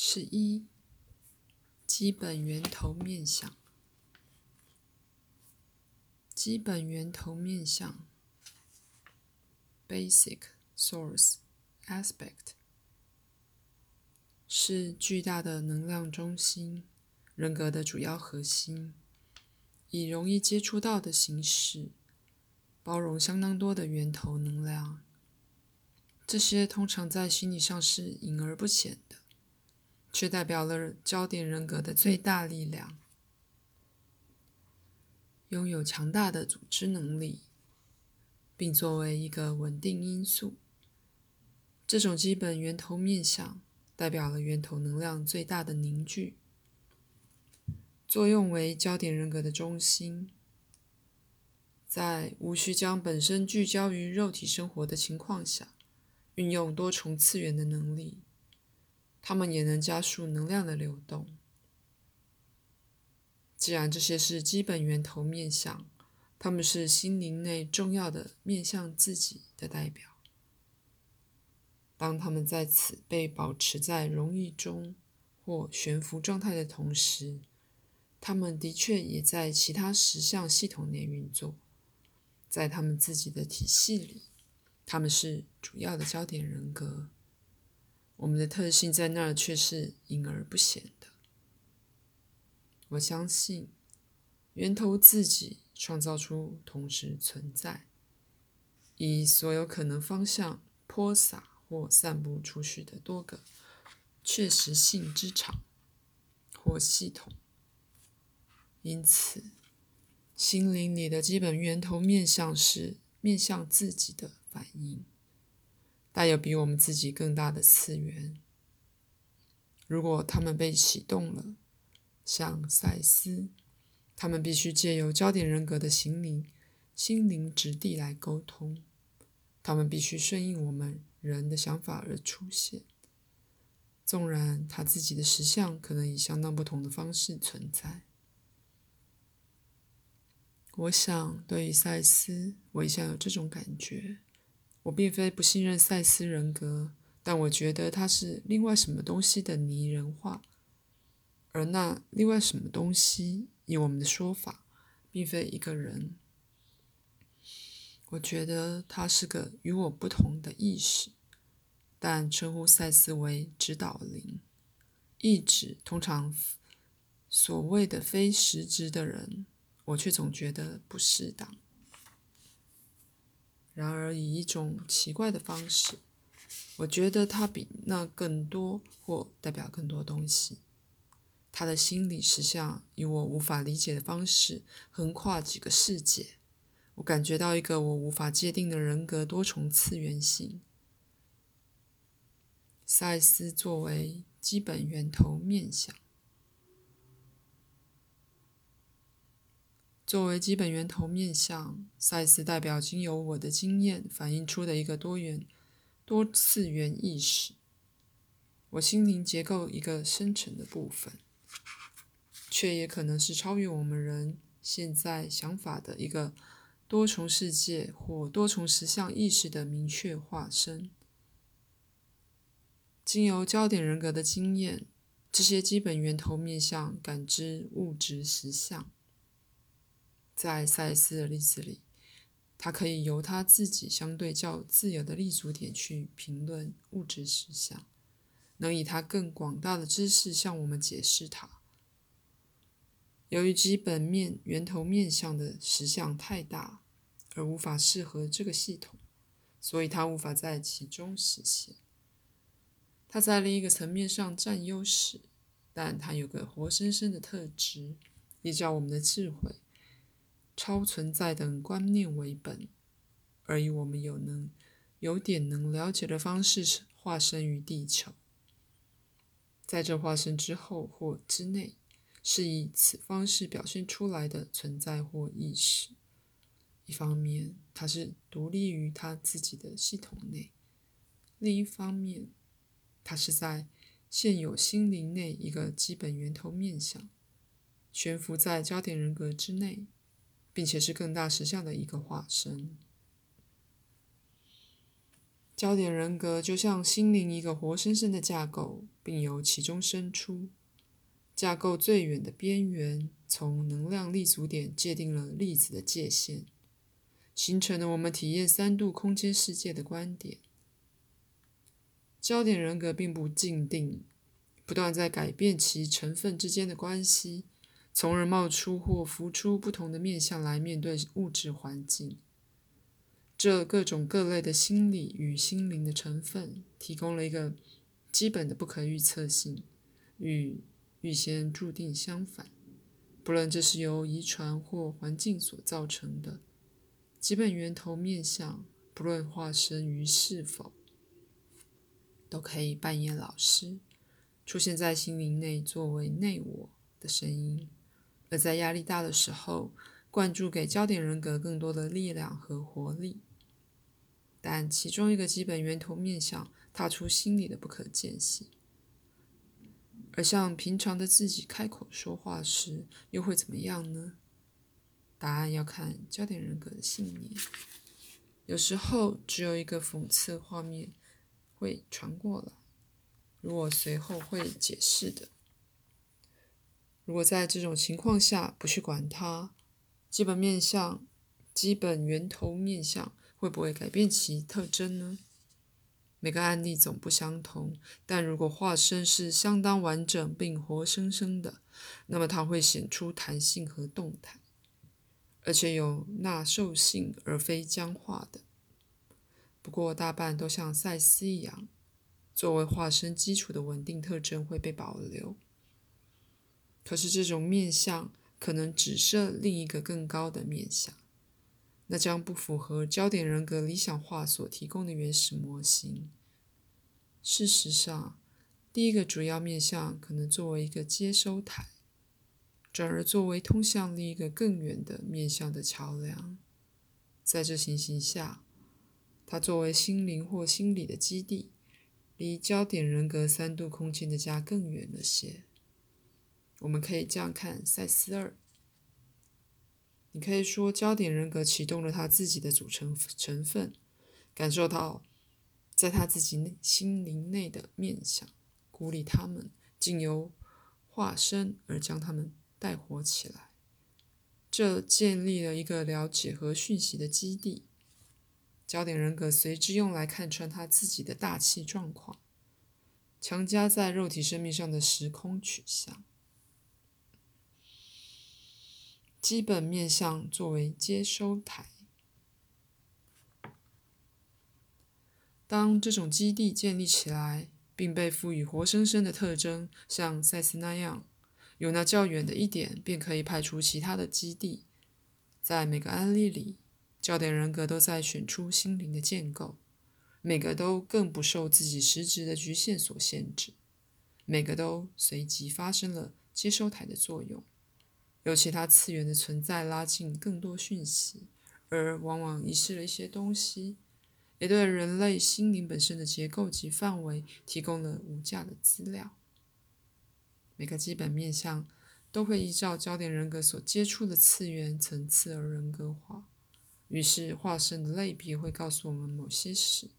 11基本源头面向。基本源头面向 Basic Source Aspect 是巨大的能量中心，人格的主要核心，以容易接触到的形式，包容相当多的源头能量。这些通常在心理上是隐而不显的，却代表了焦点人格的最大力量，拥有强大的组织能力，并作为一个稳定因素。这种基本源头面向代表了源头能量最大的凝聚，作用为焦点人格的中心。在无需将本身聚焦于肉体生活的情况下，运用多重次元的能力，它们也能加速能量的流动。既然这些是基本源头面向，它们是心灵内重要的面向自己的代表。当它们在此被保持在容易中或悬浮状态的同时，它们的确也在其他实相系统内运作。在他们自己的体系里，他们是主要的焦点人格。我们的特性在那儿却是隐而不显的。我相信，源头自己创造出同时存在，以所有可能方向泼洒或散布出去的多个确实性之场或系统。因此，心灵里的基本源头面向是面向自己的反应，带有比我们自己更大的次元。如果它们被启动了，像赛斯，他们必须借由焦点人格的心灵质地来沟通，他们必须顺应我们人的想法而出现，纵然他自己的实相可能以相当不同的方式存在。我想对于赛斯，我一向有这种感觉。我并非不信任赛斯人格，但我觉得他是另外什么东西的拟人化，而那另外什么东西，以我们的说法，并非一个人。我觉得他是个与我不同的意识，但称呼赛斯为指导灵，意指通常所谓的非实质的人，我却总觉得不适当。然而以一种奇怪的方式，我觉得他比那更多或代表更多东西。他的心理实相以我无法理解的方式横跨几个世界。我感觉到一个我无法界定的人格多重次元性。赛斯作为基本源头面向，作为基本源头面向，赛斯代表经由我的经验反映出的一个多次元意识，我心灵结构一个深层的部分，却也可能是超越我们人现在想法的一个多重世界或多重实相意识的明确化身。经由焦点人格的经验，这些基本源头面向感知物质实相。在赛斯的例子里，他可以由他自己相对较自由的立足点去评论物质实相，能以他更广大的知识向我们解释它。由于基本源头面向的实相太大，而无法适合这个系统，所以它无法在其中实现。它在另一个层面上占优势，但它有个活生生的特质，依照我们的智慧、超存在等观念为本，而以我们有点能了解的方式化身于地球。在这化身之后或之内，是以此方式表现出来的存在或意识。一方面，它是独立于它自己的系统内；另一方面，它是在现有心灵内一个基本源头面向，悬浮在焦点人格之内，并且是更大实相的一个化身。焦点人格就像心灵一个活生生的架构， 并由其中生出。架构最远的边缘从能量立足点界定了粒子的界限，形成了我们体验三度空间世界的观点。焦点人格并不静定，不断在改变其成分之间的关系，从而冒出或浮出不同的面向来面对物质环境。这各种各类的心理与心灵的成分，提供了一个基本的不可预测性，与预先注定相反。不论这是由遗传或环境所造成的，基本源头面向，不论化身于是否，都可以扮演老师，出现在心灵内作为内我的声音。而在压力大的时候，灌注给焦点人格更多的力量和活力。但其中一个基本源头面向踏出心理的不可见性，而向平常的自己开口说话时，又会怎么样呢？答案要看焦点人格的信念。有时候只有一个讽刺画面会传过来，如我随后会解释的。如果在这种情况下不去管它，基本源头面向会不会改变其特征呢？每个案例总不相同，但如果化身是相当完整并活生生的，那么它会显出弹性和动态，而且有纳受性而非僵化的。不过大半都像赛斯一样，作为化身基础的稳定特征会被保留。可是这种面向可能指涉另一个更高的面向，那将不符合焦点人格理想化所提供的原始模型。事实上，第一个主要面向可能作为一个接收台，转而作为通向另一个更远的面向的桥梁。在这情形下，它作为心灵或心理的基地，离焦点人格三度空间的家更远了些。我们可以这样看赛斯2，你可以说焦点人格启动了他自己的组成成分，感受到在他自己心灵内的面向，鼓励他们经由化身而将他们带活起来。这建立了一个了解和讯息的基地，焦点人格随之用来看穿他自己的大气状况，强加在肉体生命上的时空取向。基本面向作为接收台，当这种基地建立起来，并被赋予活生生的特征，像赛斯那样，有那较远的一点便可以派出其他的基地。在每个案例里，焦点人格都在选出心灵的建构，每个都更不受自己实质的局限所限制，每个都随即发生了接收台的作用，由其他次元的存在拉近更多讯息，而往往遗失了一些东西，也对人类心灵本身的结构及范围提供了无价的资料。每个基本面向都会依照焦点人格所接触的次元层次而人格化，于是化身的类别会告诉我们某些事，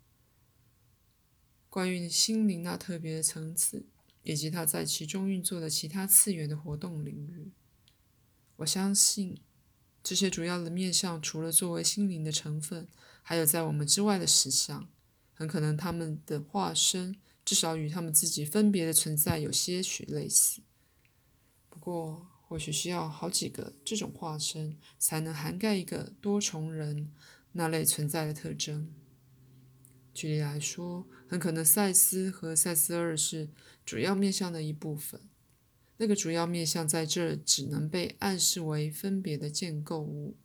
关于心灵那特别的层次，以及它在其中运作的其他次元的活动领域。我相信这些主要的面向除了作为心灵的成分，还有在我们之外的实相，很可能他们的化身至少与他们自己分别的存在有些许类似。不过或许需要好几个这种化身才能涵盖一个多重人那类存在的特征。举例来说，很可能赛斯和赛斯2是主要面向的一部分，那个主要面向在这儿只能被暗示为分别的建构物。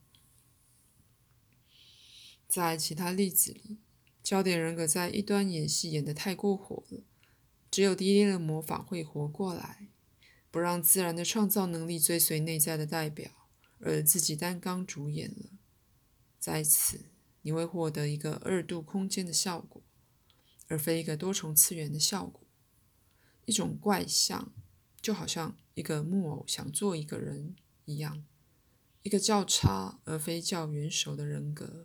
在其他例子里，焦点人格在一端演戏演得太过火了，只有低劣的魔法会活过来，不让自然的创造能力追随内在的代表，而自己担纲主演了。在此，你会获得一个2度空间的效果，而非一个多重次元的效果。一种怪象，就好像一个木偶想做一个人一样，一个较差而非较元首的人格。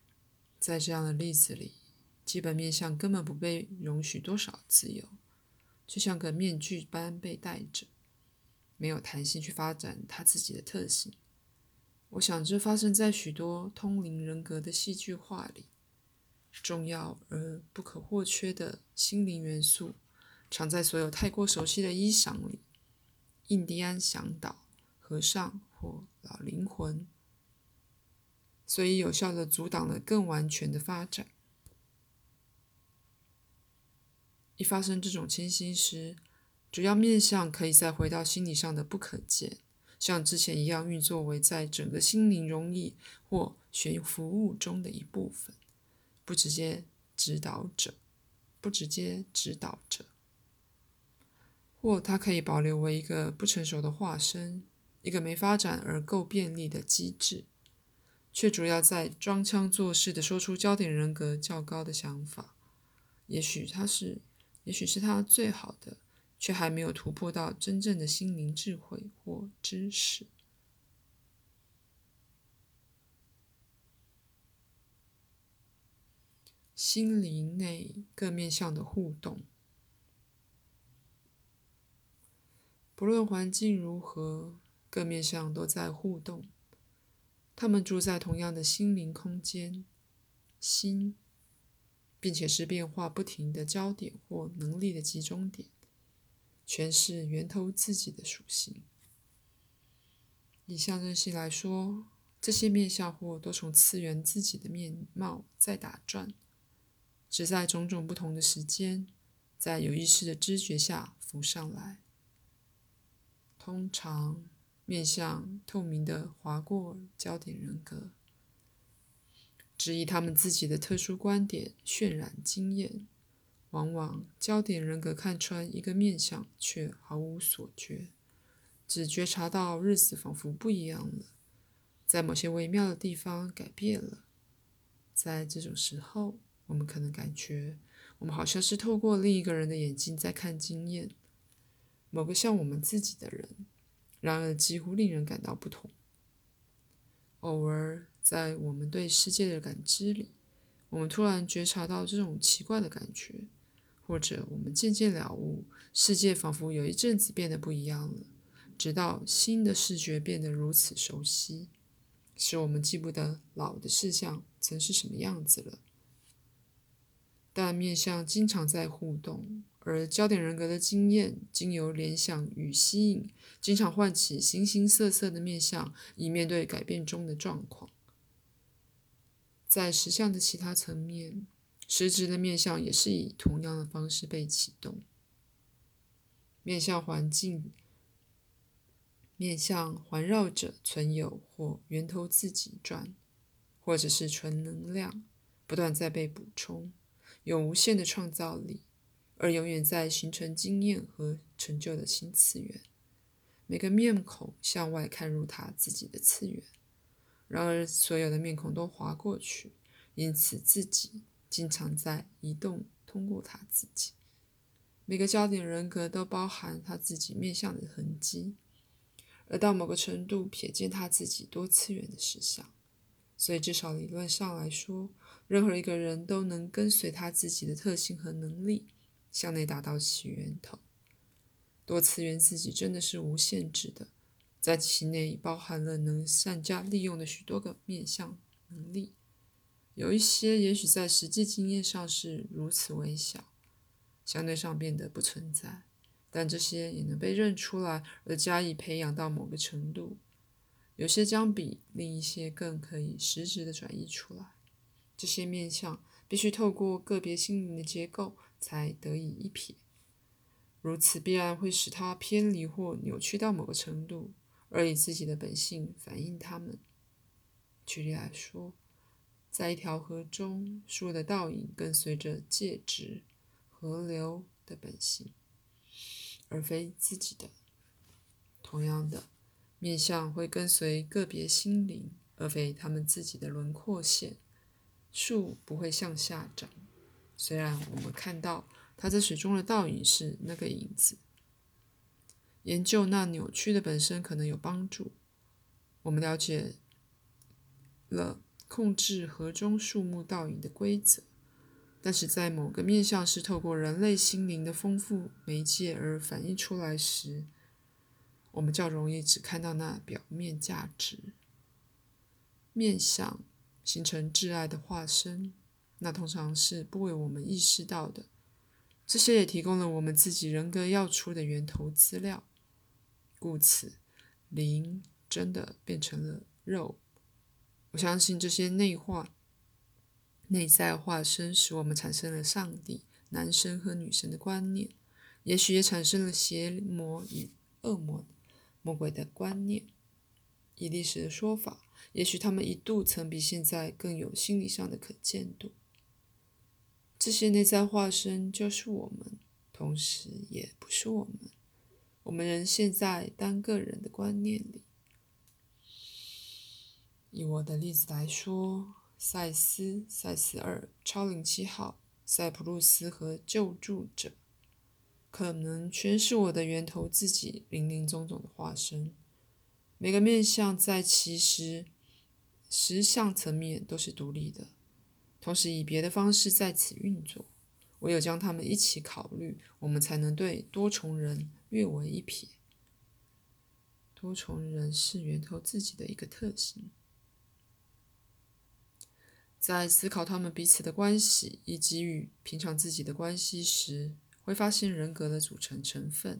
在这样的例子里，基本面向根本不被容许多少自由， 就像个面具般被戴着，没有弹性去发展他自己的特性。我想这发生在许多通灵人格的戏剧化里。重要而不可或缺的心灵元素藏在所有太过熟悉的衣裳里，印第安向导、和尚或老灵魂，所以有效地阻挡了更完全的发展。一发生这种情形时，主要面向可以再回到心理上的不可见，像之前一样运作为在整个心灵容易或学服务中的一部分，不直接指导者，或它可以保留为一个不成熟的化身，一个没发展而够便利的机制，却主要在装腔作势地说出焦点人格较高的想法。也许是他最好的，却还没有突破到真正的心灵智慧或知识。心灵内各面向的互动，不论环境如何，各面向都在互动。他们住在同样的心灵空间，心，并且是变化不停的焦点或能力的集中点，诠释源头自己的属性。以象征性来说，这些面向或多重次元自己的面貌在打转，只在种种不同的时间，在有意识的知觉下浮上来。通常面向透明的划过焦点人格，质疑他们自己的特殊观点，渲染经验。往往焦点人格看穿一个面向，却毫无所觉，只觉察到日子仿佛不一样了，在某些微妙的地方改变了。在这种时候，我们可能感觉我们好像是透过另一个人的眼睛在看经验，某个像我们自己的人，然而几乎令人感到不同。偶尔在我们对世界的感知里，我们突然觉察到这种奇怪的感觉，或者我们渐渐了悟，世界仿佛有一阵子变得不一样了，直到新的视觉变得如此熟悉，使我们记不得老的事项曾是什么样子了。但面向经常在互动，而焦点人格的经验经由联想与吸引，经常唤起形形色色的面向，以面对改变中的状况。在实相的其他层面，实质的面向也是以同样的方式被启动。面向环境，面向环绕着存有或源头自己转，或者是纯能量，不断在被补充，有无限的创造力，而永远在形成经验和成就的新次元。每个面孔向外看入他自己的次元，然而所有的面孔都划过去，因此自己经常在移动，通过他自己。每个焦点人格都包含他自己面向的痕迹，而到某个程度瞥见他自己多次元的实相。所以至少理论上来说，任何一个人都能跟随他自己的特性和能力，向内达到其源头。多次元自己真的是无限制的，在其内包含了能善加利用的许多个面向能力。有一些也许在实际经验上是如此微小，相对上变得不存在，但这些也能被认出来而加以培养到某个程度。有些将比另一些更可以实质的转移出来。这些面向必须透过个别心灵的结构才得以一瞥，如此必然会使它偏离或扭曲到某个程度，而以自己的本性反映它们。举例来说，在一条河中，树的倒影跟随着介质河流的本性，而非自己的。同样的，面向会跟随个别心灵，而非他们自己的轮廓线。树不会向下长，虽然我们看到它在水中的倒影是那个影子。研究那扭曲的本身可能有帮助。我们了解了控制河中树木倒影的规则， 但是在某个面向是透过人类心灵的丰富媒介而反映出来时，我们较容易只看到那表面价值。面向形成挚爱的化身，那通常是不为我们意识到的。这些也提供了我们自己人格要出的源头资料，故此灵真的变成了肉。我相信这些内在化身使我们产生了上帝、男神和女神的观念，也许也产生了邪魔与魔鬼的观念。以历史的说法，也许他们一度曾比现在更有心理上的可见度。这些内在化身就是我们，同时也不是我们。我们仍陷在单个人的观念里。以我的例子来说，赛斯2、超灵7号、塞浦路斯和救助者，可能全是我的源头自己林林总总的化身。每个面向在其实相层面都是独立的，同时以别的方式在此运作。唯有将它们一起考虑，我们才能对多重人略为一瞥。多重人是源头自己的一个特性。在思考他们彼此的关系以及与平常自己的关系时，会发现人格的组成成分。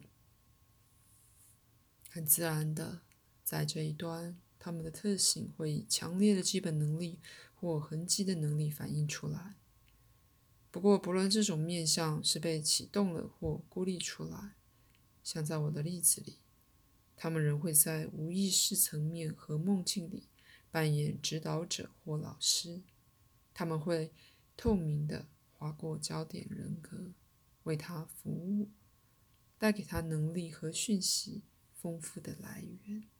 很自然的，在这一端，他们的特性会以强烈的基本能力或痕迹的能力反映出来。不过，不论这种面向是被启动了或孤立出来，像在我的例子里，他们仍会在无意识层面和梦境里扮演指导者或老师。他们会透明地划过焦点人格，为他服务，带给他能力和讯息丰富的来源。